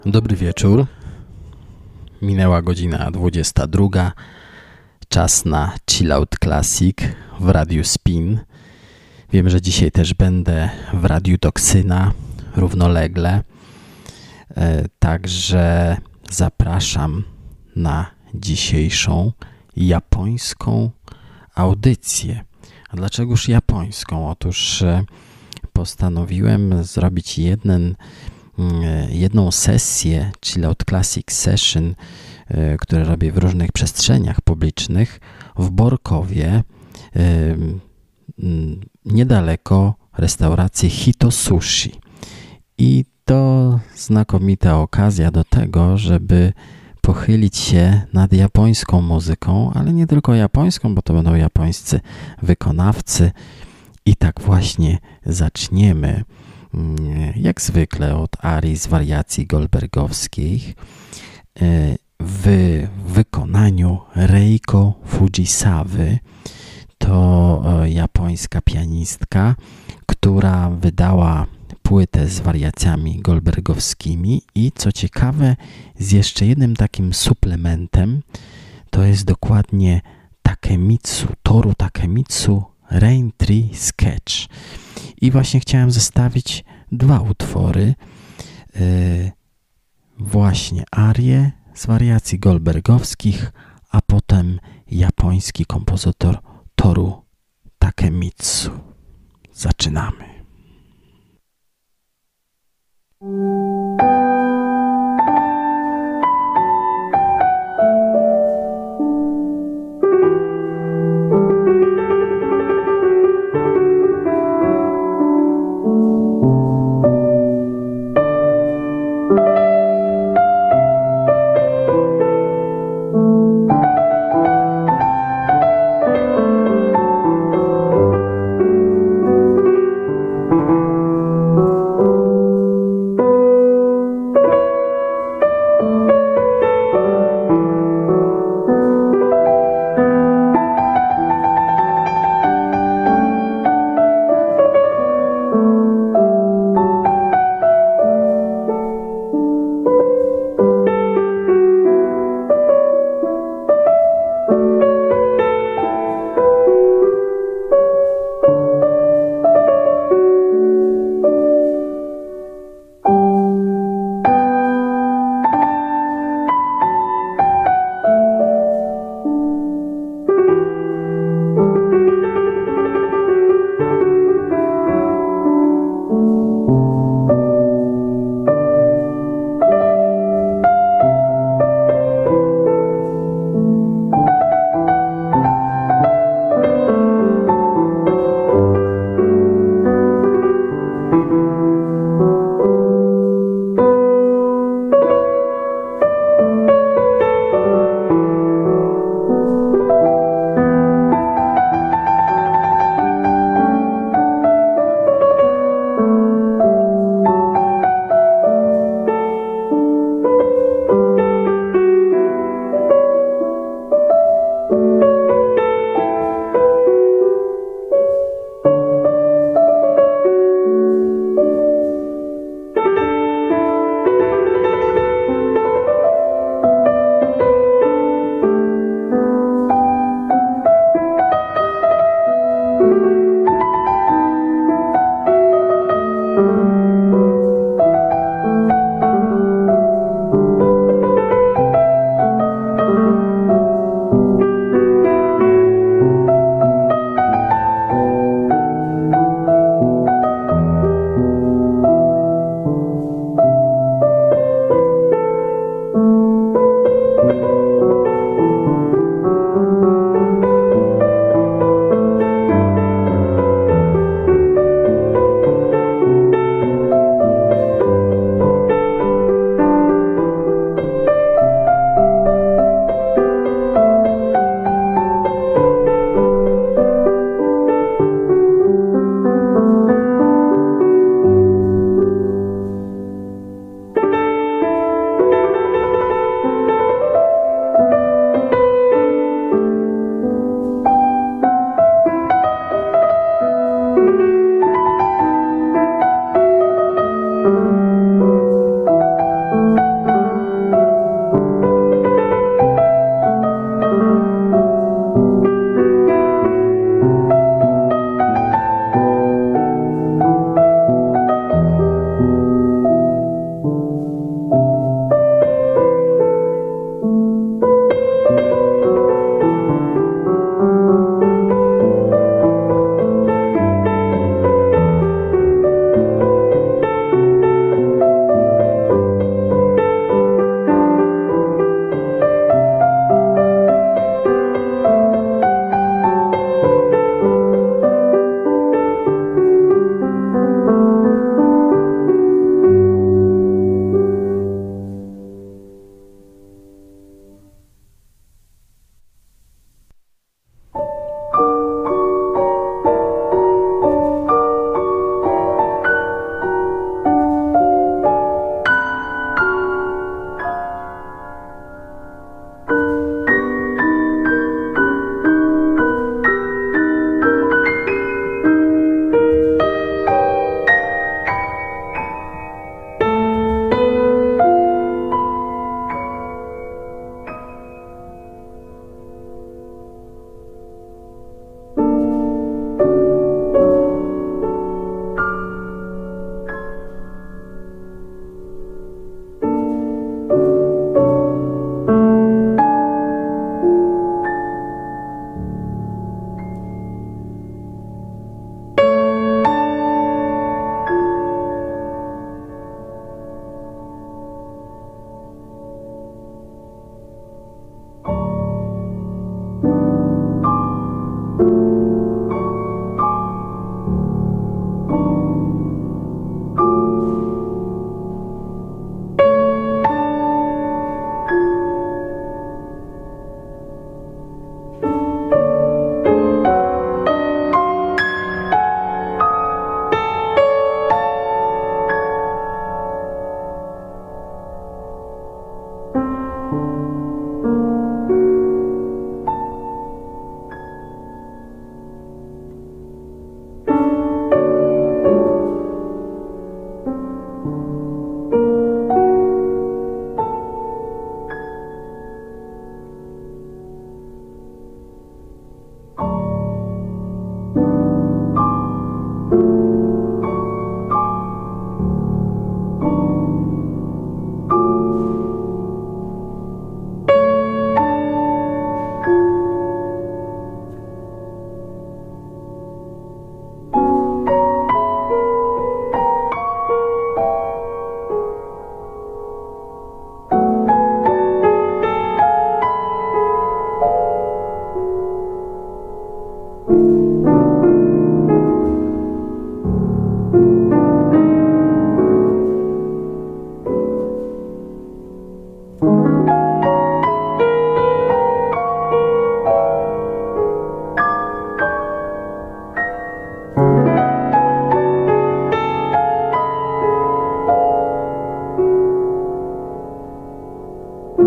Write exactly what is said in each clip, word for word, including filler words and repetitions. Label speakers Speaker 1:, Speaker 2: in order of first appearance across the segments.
Speaker 1: Dobry wieczór. Minęła godzina dwudziesta druga. Czas na Chill Out Classic w Radiu Spin. Wiem, że dzisiaj też będę w Radiu Toksyna równolegle. Także zapraszam na dzisiejszą japońską audycję. A dlaczegoż japońską? Otóż postanowiłem zrobić jeden jedną sesję Chill Out Classic Session, które robię w różnych przestrzeniach publicznych w Borkowie, niedaleko restauracji Hito Sushi. I to znakomita okazja do tego, żeby pochylić się nad japońską muzyką, ale nie tylko japońską, bo to będą japońscy wykonawcy. I tak właśnie zaczniemy. Jak zwykle od arii z wariacji goldbergowskich w wykonaniu Reiko Fujisawy. To japońska pianistka, która wydała płytę z wariacjami goldbergowskimi i co ciekawe z jeszcze jednym takim suplementem, to jest dokładnie Takemitsu, Toru Takemitsu Rain Tree Sketch. I właśnie chciałem zestawić dwa utwory, yy, właśnie arię z wariacji goldbergowskich, a potem japoński kompozytor Toru Takemitsu. Zaczynamy.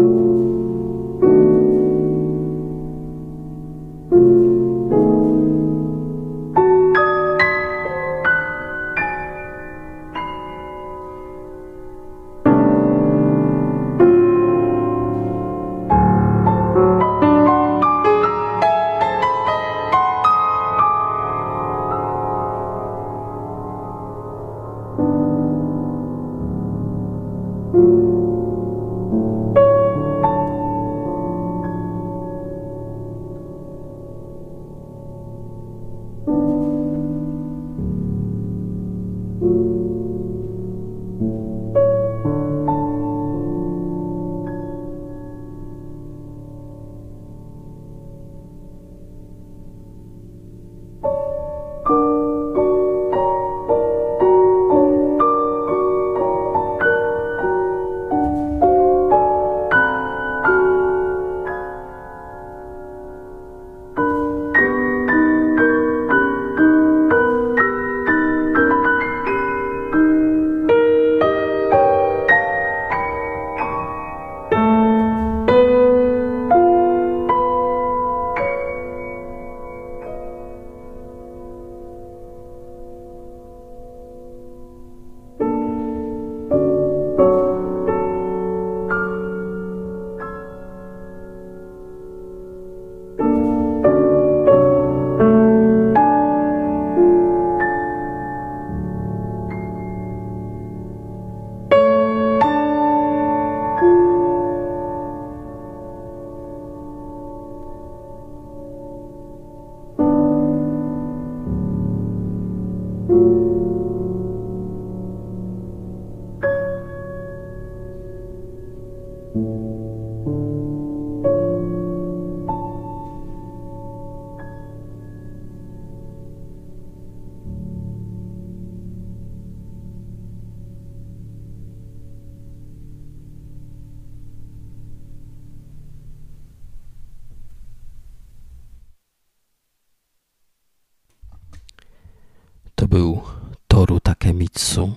Speaker 1: To był Toru Takemitsu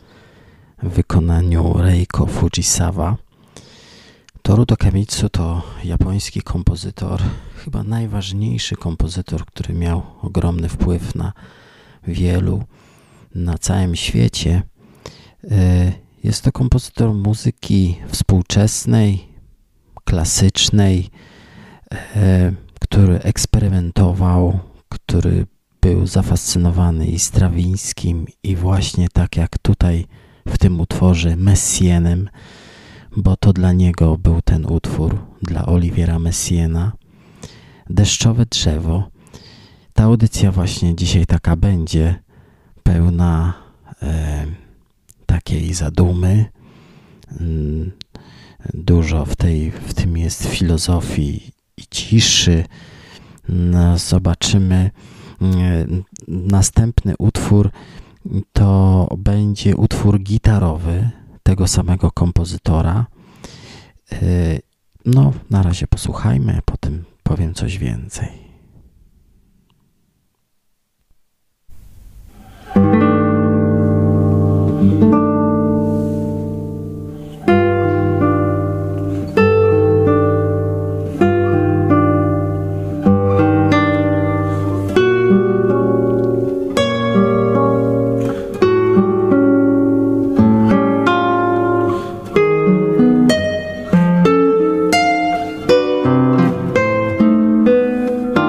Speaker 1: w wykonaniu Reiko Fujisawa. Toru Takemitsu to japoński kompozytor, chyba najważniejszy kompozytor, który miał ogromny wpływ na wielu na całym świecie. Jest to kompozytor muzyki współczesnej, klasycznej, który eksperymentował, który był zafascynowany i Strawińskim, i właśnie tak jak tutaj w tym utworze Messienem, bo to dla niego był ten utwór, dla Oliviera Messiena. Deszczowe drzewo. Ta audycja właśnie dzisiaj taka będzie, pełna e, takiej zadumy. Mm, dużo w, tej, w tym jest filozofii i ciszy. No, zobaczymy. Następny utwór to będzie utwór gitarowy tego samego kompozytora. No, na razie posłuchajmy, potem powiem coś więcej.
Speaker 2: Thank you.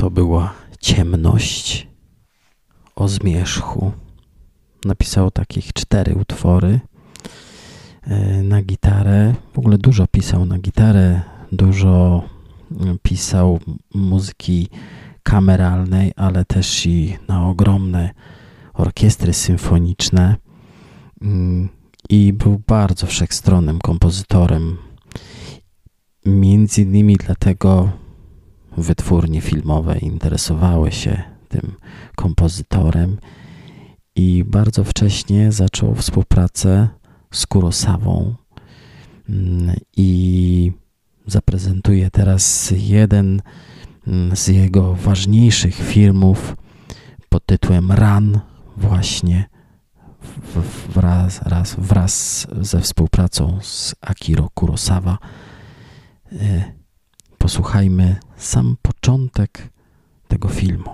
Speaker 1: To była Ciemność o zmierzchu. Napisał takich cztery utwory na gitarę. W ogóle dużo pisał na gitarę, dużo pisał muzyki kameralnej, ale też i na ogromne orkiestry symfoniczne i był bardzo wszechstronnym kompozytorem. Między innymi dlatego wytwórnie filmowe interesowały się tym kompozytorem i bardzo wcześnie zaczął współpracę z Kurosawą i zaprezentuję teraz jeden z jego ważniejszych filmów pod tytułem Run, właśnie wraz, wraz, wraz ze współpracą z Akiro Kurosawa. Posłuchajmy sam początek tego filmu.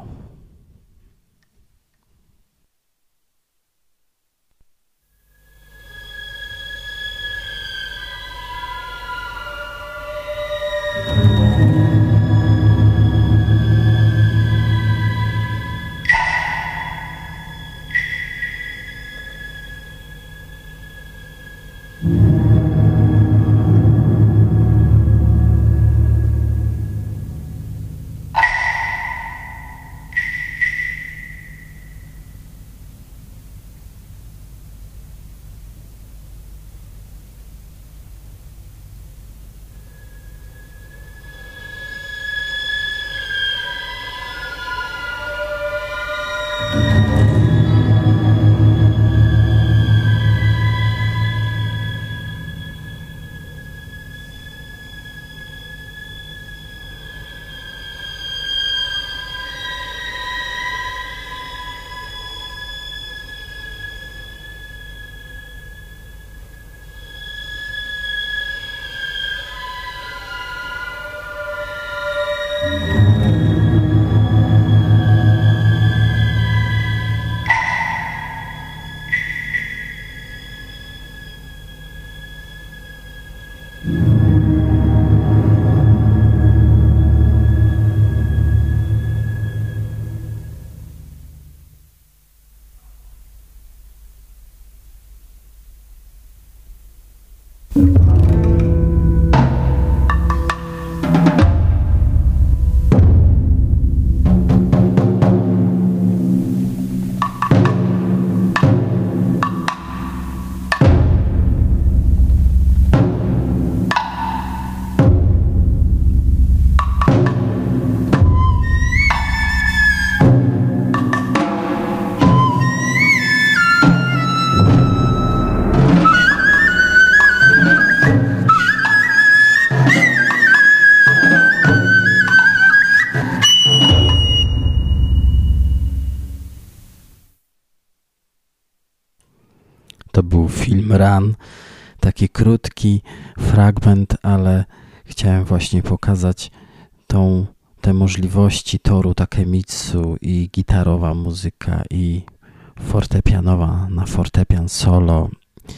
Speaker 1: To był film Run, taki krótki fragment, ale chciałem właśnie pokazać tą, te możliwości Toru Takemitsu i gitarowa muzyka i fortepianowa na fortepian solo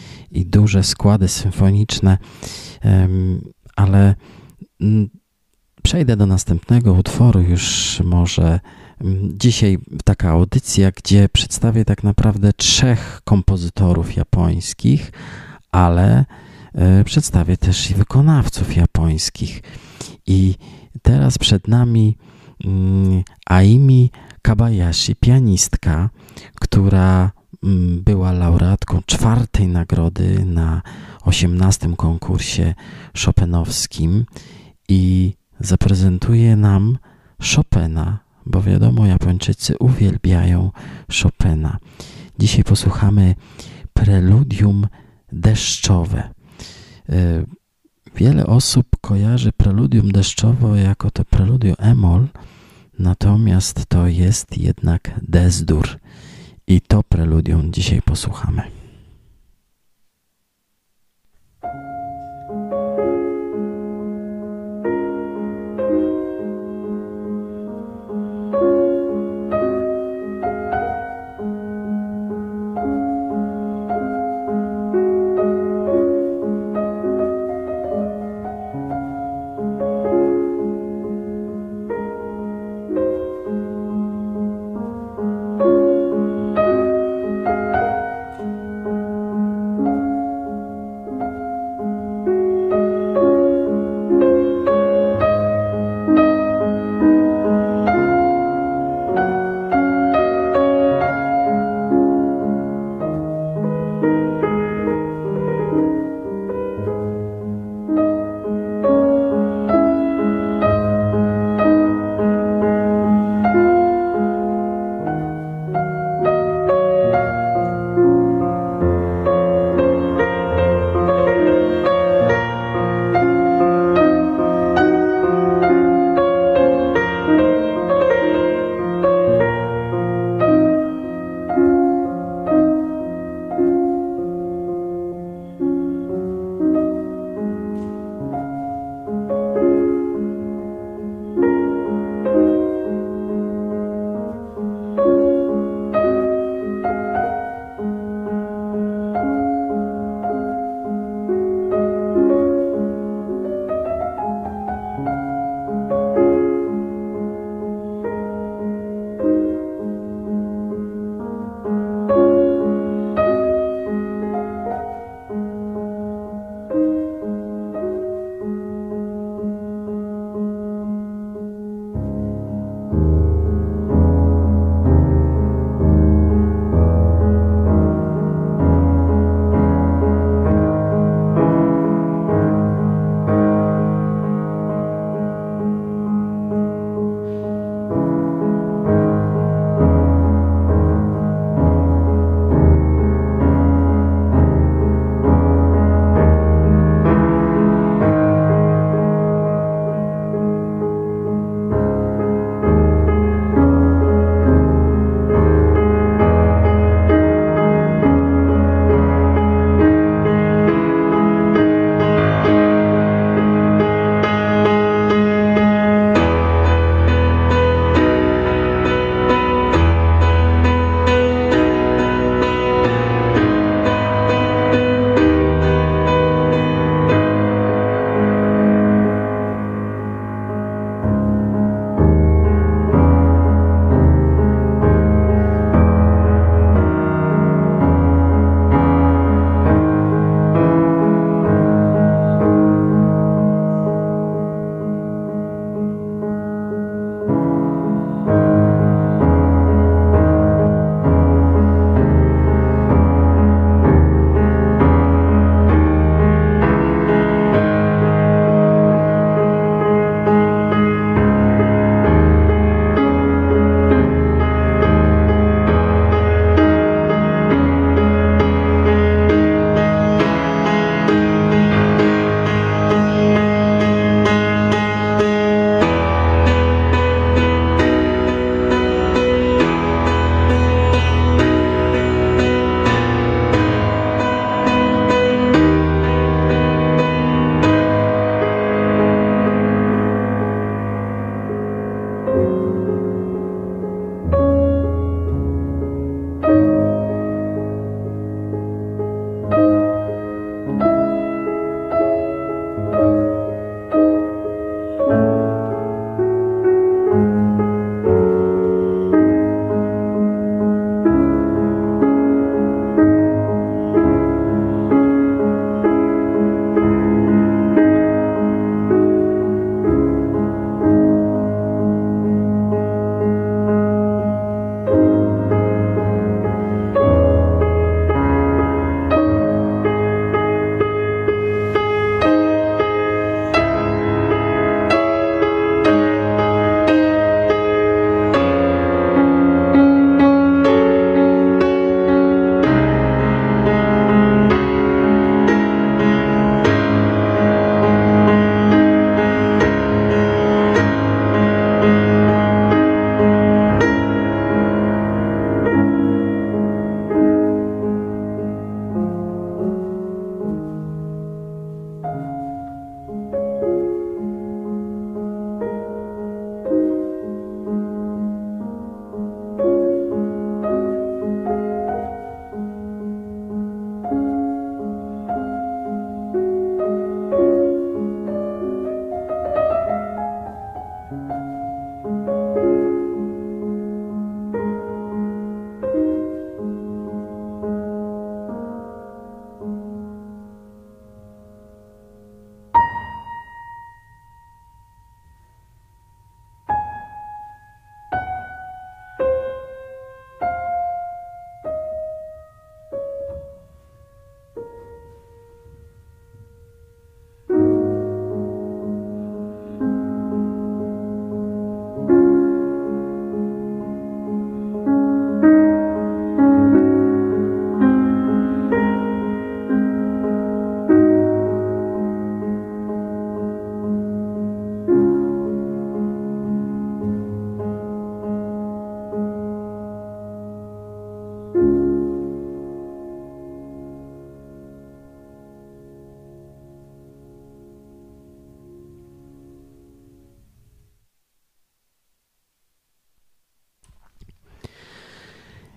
Speaker 1: i duże składy symfoniczne, ale przejdę do następnego utworu już może. Dzisiaj taka audycja, gdzie przedstawię tak naprawdę trzech kompozytorów japońskich, ale przedstawię też i wykonawców japońskich. I teraz przed nami Aimi Kabayashi, pianistka, która była laureatką czwartej nagrody na osiemnastym konkursie chopinowskim i zaprezentuje nam Chopina, bo wiadomo, Japończycy uwielbiają Chopina. Dzisiaj posłuchamy preludium deszczowe. Wiele osób kojarzy preludium deszczowe jako to preludium e-moll, natomiast to jest jednak D-dur i to preludium dzisiaj posłuchamy.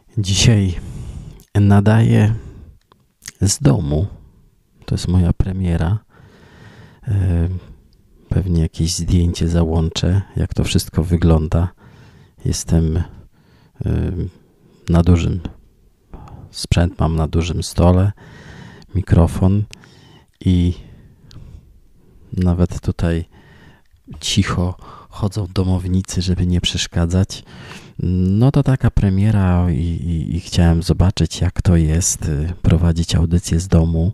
Speaker 1: Dzisiaj nadaję z domu. To jest moja premiera. Pewnie jakieś zdjęcie załączę, jak to wszystko wygląda. Jestem na dużym sprzęt mam na dużym stole, mikrofon i nawet tutaj cicho chodzą domownicy, żeby nie przeszkadzać. No to taka premiera i, i, i chciałem zobaczyć, jak to jest prowadzić audycję z domu.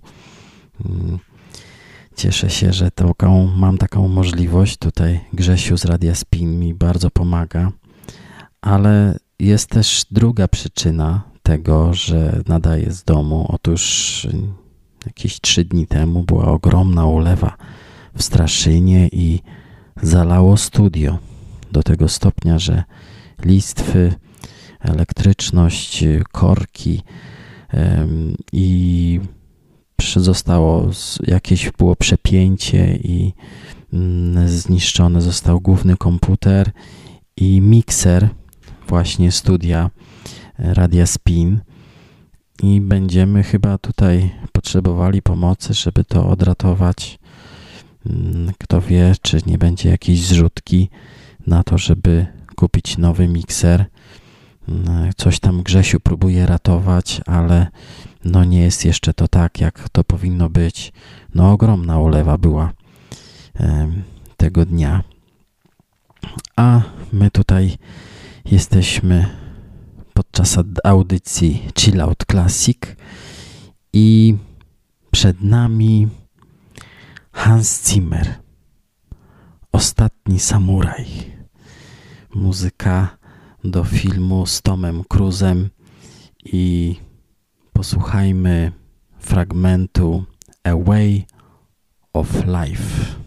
Speaker 1: Cieszę się, że taką, mam taką możliwość. Tutaj Grzesiu z Radia Spin mi bardzo pomaga, ale jest też druga przyczyna tego, że nadaję z domu. Otóż jakieś trzy dni temu była ogromna ulewa w Straszynie i zalało studio do tego stopnia, że listwy, elektryczność, korki ym, i zostało jakieś było przepięcie i ym, zniszczony został główny komputer i mikser właśnie studia Radia Spin i będziemy chyba tutaj potrzebowali pomocy, żeby to odratować. Kto wie, czy nie będzie jakiejś zrzutki na to, żeby kupić nowy mikser. Coś tam Grzesiu próbuje ratować, ale no nie jest jeszcze to tak, jak to powinno być. No ogromna ulewa była tego dnia. A my tutaj jesteśmy podczas audycji Chill Out Classic i przed nami Hans Zimmer, Ostatni Samuraj. Muzyka do filmu z Tomem Cruise'em i posłuchajmy fragmentu A Way of Life.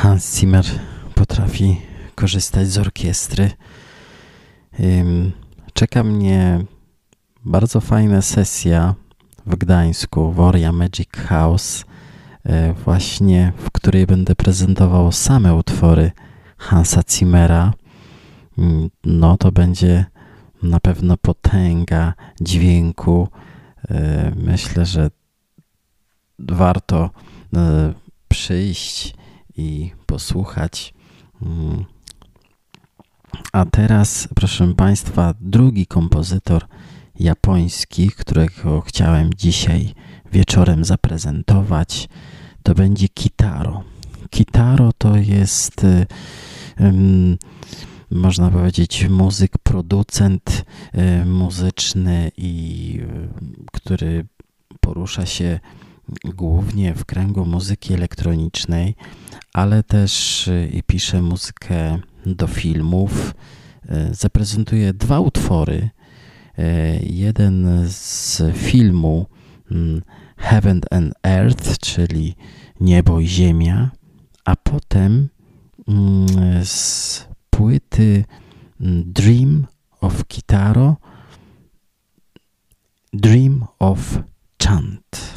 Speaker 1: Hans Zimmer potrafi korzystać z orkiestry. Czeka mnie bardzo fajna sesja w Gdańsku, w Oria Magic House, właśnie w której będę prezentował same utwory Hansa Zimmera. No to będzie na pewno potęga dźwięku. Myślę, że warto przyjść i posłuchać. A teraz, proszę Państwa, drugi kompozytor japoński, którego chciałem dzisiaj wieczorem zaprezentować, to będzie Kitaro. Kitaro to jest, um, można powiedzieć, muzyk, producent um, muzyczny, i um, który porusza się głównie w kręgu muzyki elektronicznej, ale też i pisze muzykę do filmów. Zaprezentuje dwa utwory. Jeden z filmu Heaven and Earth, czyli Niebo i Ziemia, a potem z płyty Dream of Kitaro, Dream of Chant.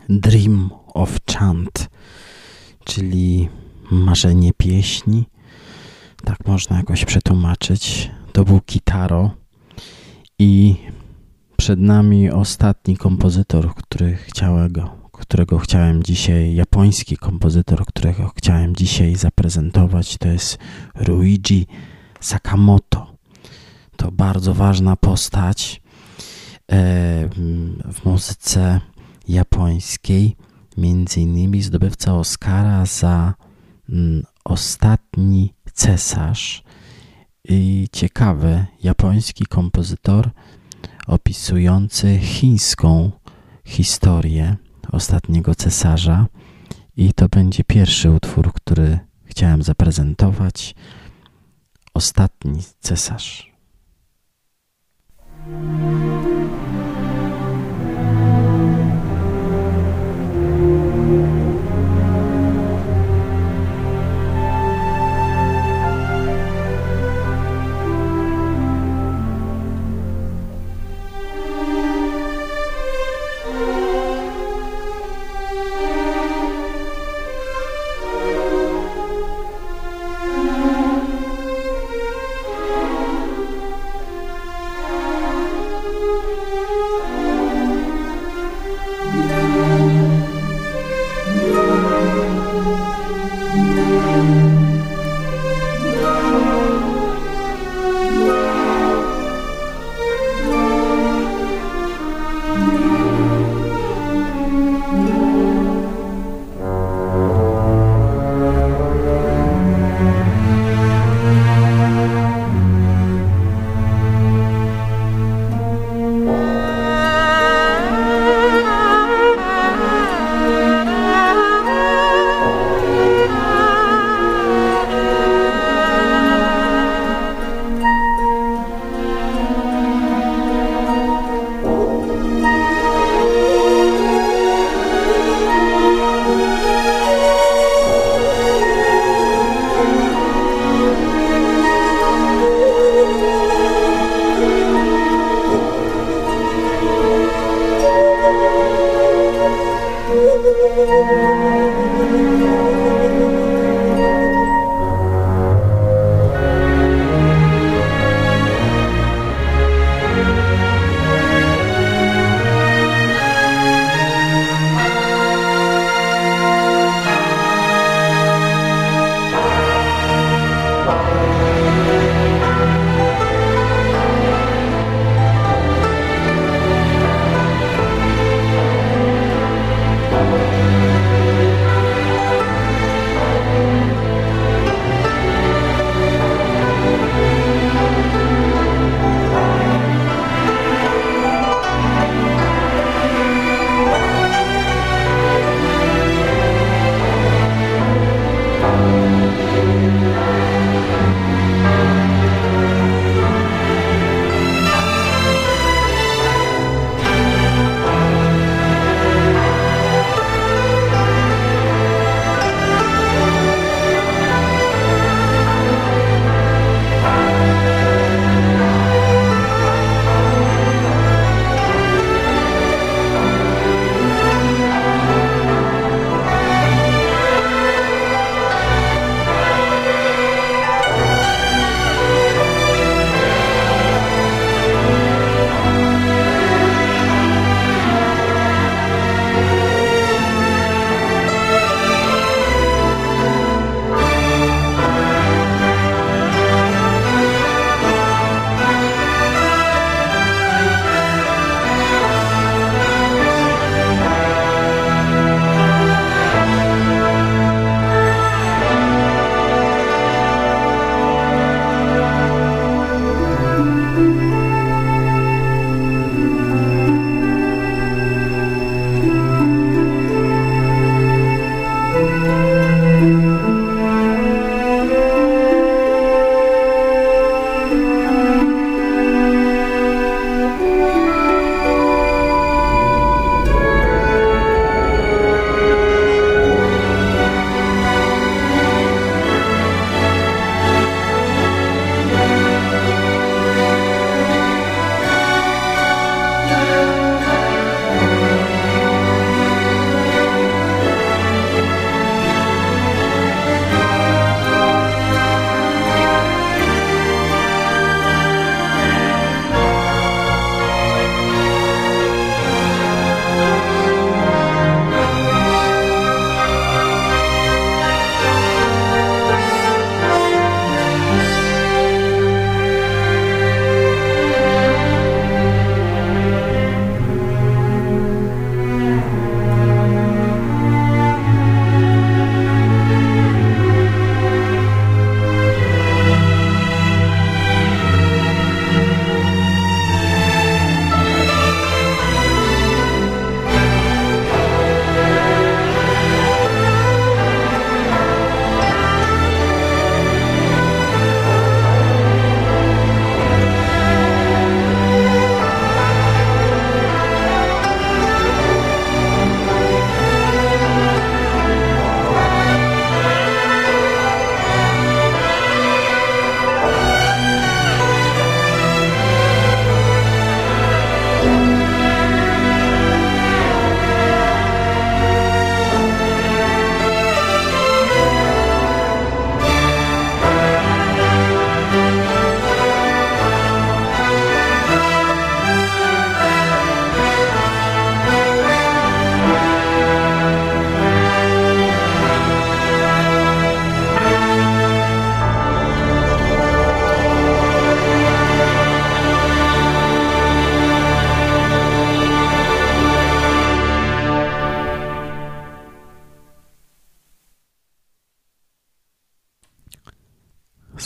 Speaker 1: Dream of Chant, czyli marzenie pieśni, tak można jakoś przetłumaczyć. To był Kitaro i przed nami ostatni kompozytor, który chciałem go, którego chciałem dzisiaj, japoński kompozytor, którego chciałem dzisiaj zaprezentować, to jest Ryuichi Sakamoto. To bardzo ważna postać w muzyce japońskiej, między innymi zdobywca Oscara za Ostatni Cesarz. I ciekawy japoński kompozytor opisujący chińską historię Ostatniego Cesarza. I to będzie pierwszy utwór, który chciałem zaprezentować. Ostatni Cesarz.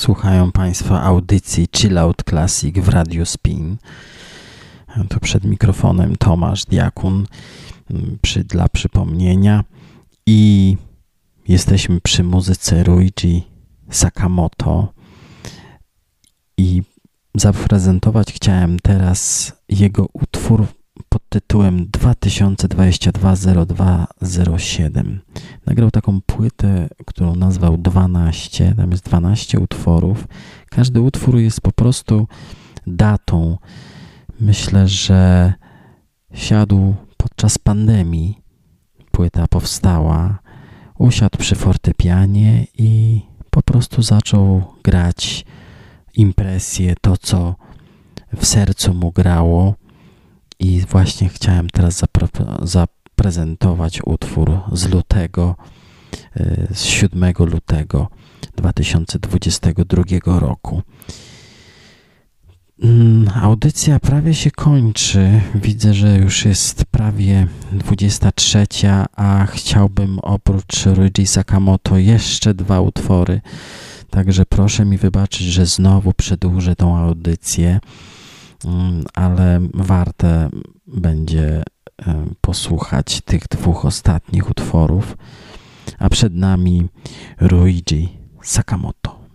Speaker 1: Słuchają Państwo audycji Chill Out Classic w Radiu Spin. Tu przed mikrofonem Tomasz Diakun przy, dla przypomnienia i jesteśmy przy muzyce Ryuji Sakamoto i zaprezentować chciałem teraz jego utwór pod tytułem dwa tysiące dwadzieścia dwa zero dwa zero siedem. Nagrał taką płytę, którą nazwał dwanaście. Tam jest dwanaście utworów. Każdy utwór jest po prostu datą. Myślę, że siadł podczas pandemii. Płyta powstała. Usiadł przy fortepianie i po prostu zaczął grać impresję, to co w sercu mu grało. I właśnie chciałem teraz zapre- zaprezentować utwór z lutego, z siódmego lutego dwa tysiące dwudziestego drugiego roku. Audycja prawie się kończy. Widzę, że już jest prawie dwudziesta trzecia, a chciałbym oprócz Ryuji Sakamoto jeszcze dwa utwory. Także proszę mi wybaczyć, że znowu przedłużę tą audycję, ale warte będzie posłuchać tych dwóch ostatnich utworów, a przed nami Ryuji Sakamoto.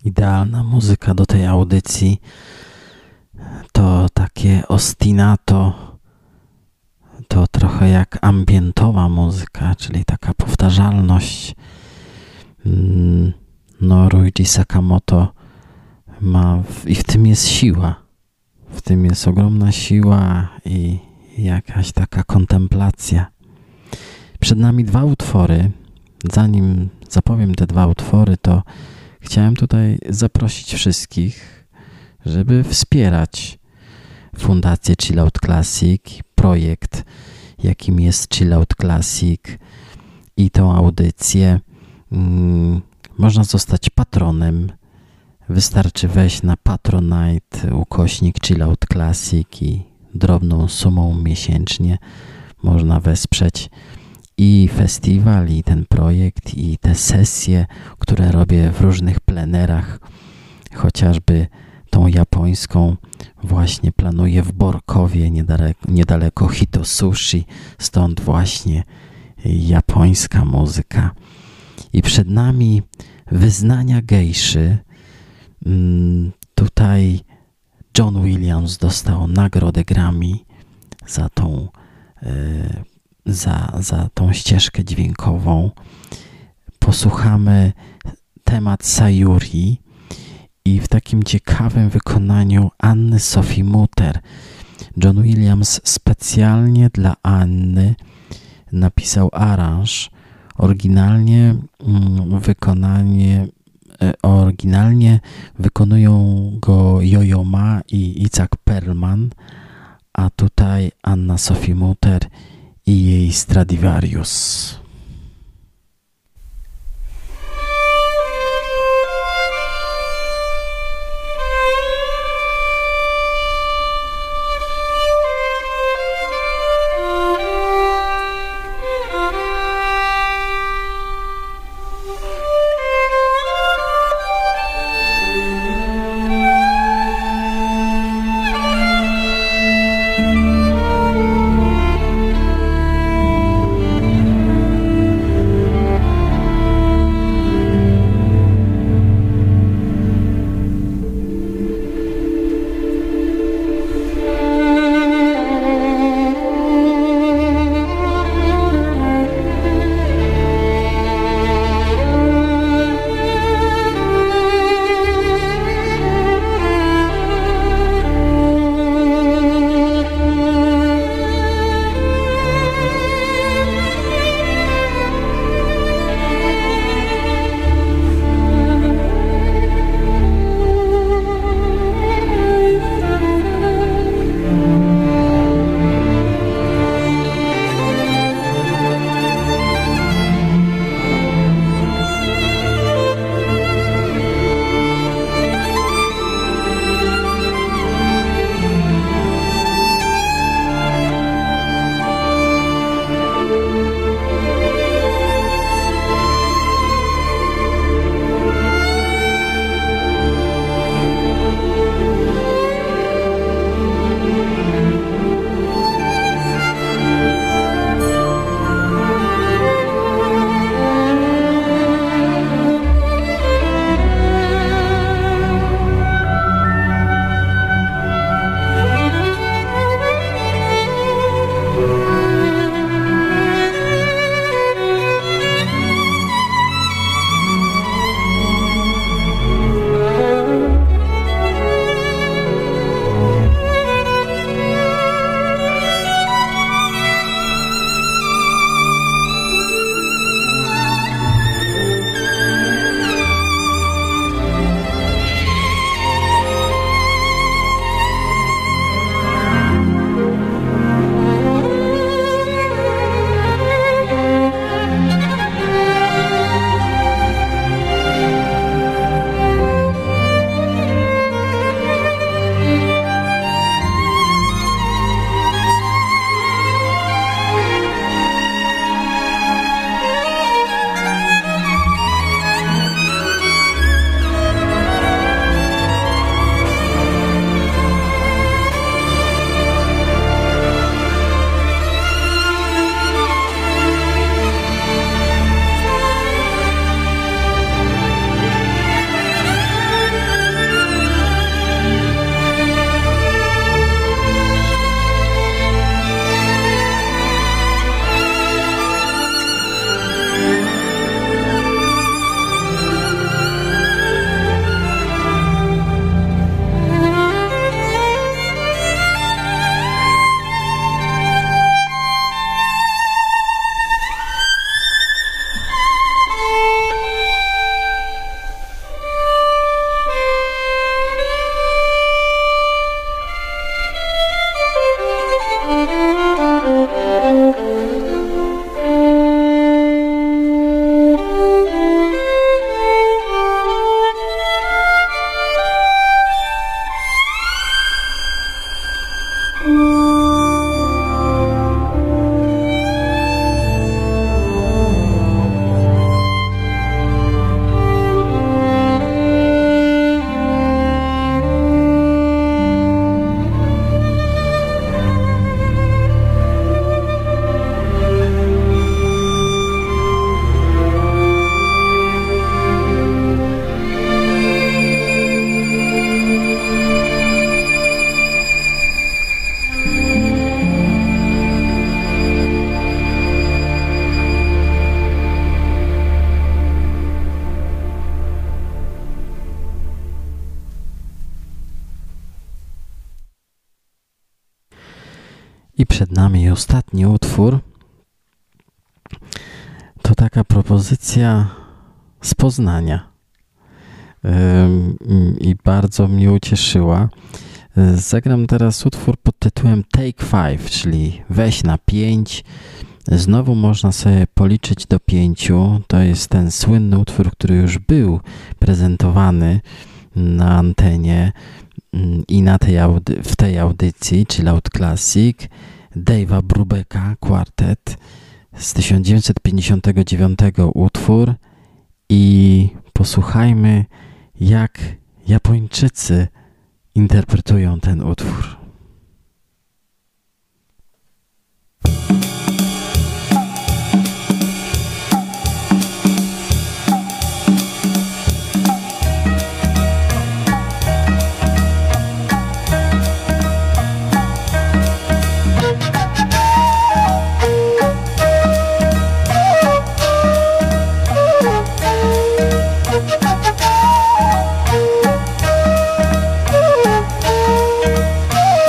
Speaker 1: idealna muzyka do tej audycji to takie ostinato, to trochę jak ambientowa muzyka, czyli taka powtarzalność. No, Ryuichi Sakamoto ma w, i w tym jest siła. W tym jest ogromna siła i jakaś taka kontemplacja. Przed nami dwa utwory. Zanim zapowiem te dwa utwory, to chciałem tutaj zaprosić wszystkich, żeby wspierać Fundację Chillout Classic, projekt, jakim jest Chillout Classic i tą audycję. Hmm, można zostać patronem. Wystarczy wejść na Patronite, ukośnik Chillout Classic i drobną sumą miesięcznie można wesprzeć i festiwal, i ten projekt, i te sesje, które robię w różnych plenerach, chociażby tą japońską właśnie planuję w Borkowie, niedaleko, niedaleko Hitosushi, stąd właśnie japońska muzyka. I przed nami Wyznania gejszy. Tutaj John Williams dostał nagrodę Grammy za tą, za, za tą ścieżkę dźwiękową. Posłuchamy temat Sayuri i w takim ciekawym wykonaniu Anny Sophie Mutter. John Williams specjalnie dla Anny napisał aranż. Oryginalnie wykonanie Oryginalnie wykonują go Yo-Yo Ma i Isaac Perlman, a tutaj Anna Sophie Mutter i jej Stradivarius. I przed nami ostatni utwór. To taka propozycja z Poznania. I bardzo mnie ucieszyła. Zagram teraz utwór pod tytułem Take Five, czyli weź na pięć. Znowu można sobie policzyć do pięciu. To jest ten słynny utwór, który już był prezentowany na antenie i na tej audy- w tej audycji, czyli Chillout Classic, Dave'a Brubecka Quartet z tysiąc dziewięćset pięćdziesiątego dziewiątego utwór i posłuchajmy, jak Japończycy interpretują ten utwór.
Speaker 2: Oh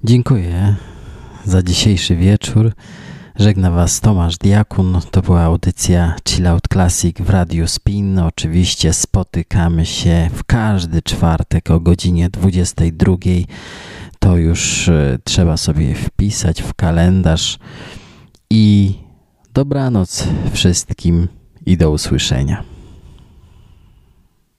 Speaker 1: Dziękuję za dzisiejszy wieczór. Żegna Was Tomasz Diakun. To była audycja Chill Out Classic w Radiu Spin. Oczywiście spotykamy się w każdy czwartek o godzinie dwudziestej drugiej. To już trzeba sobie wpisać w kalendarz. I dobranoc wszystkim i do usłyszenia.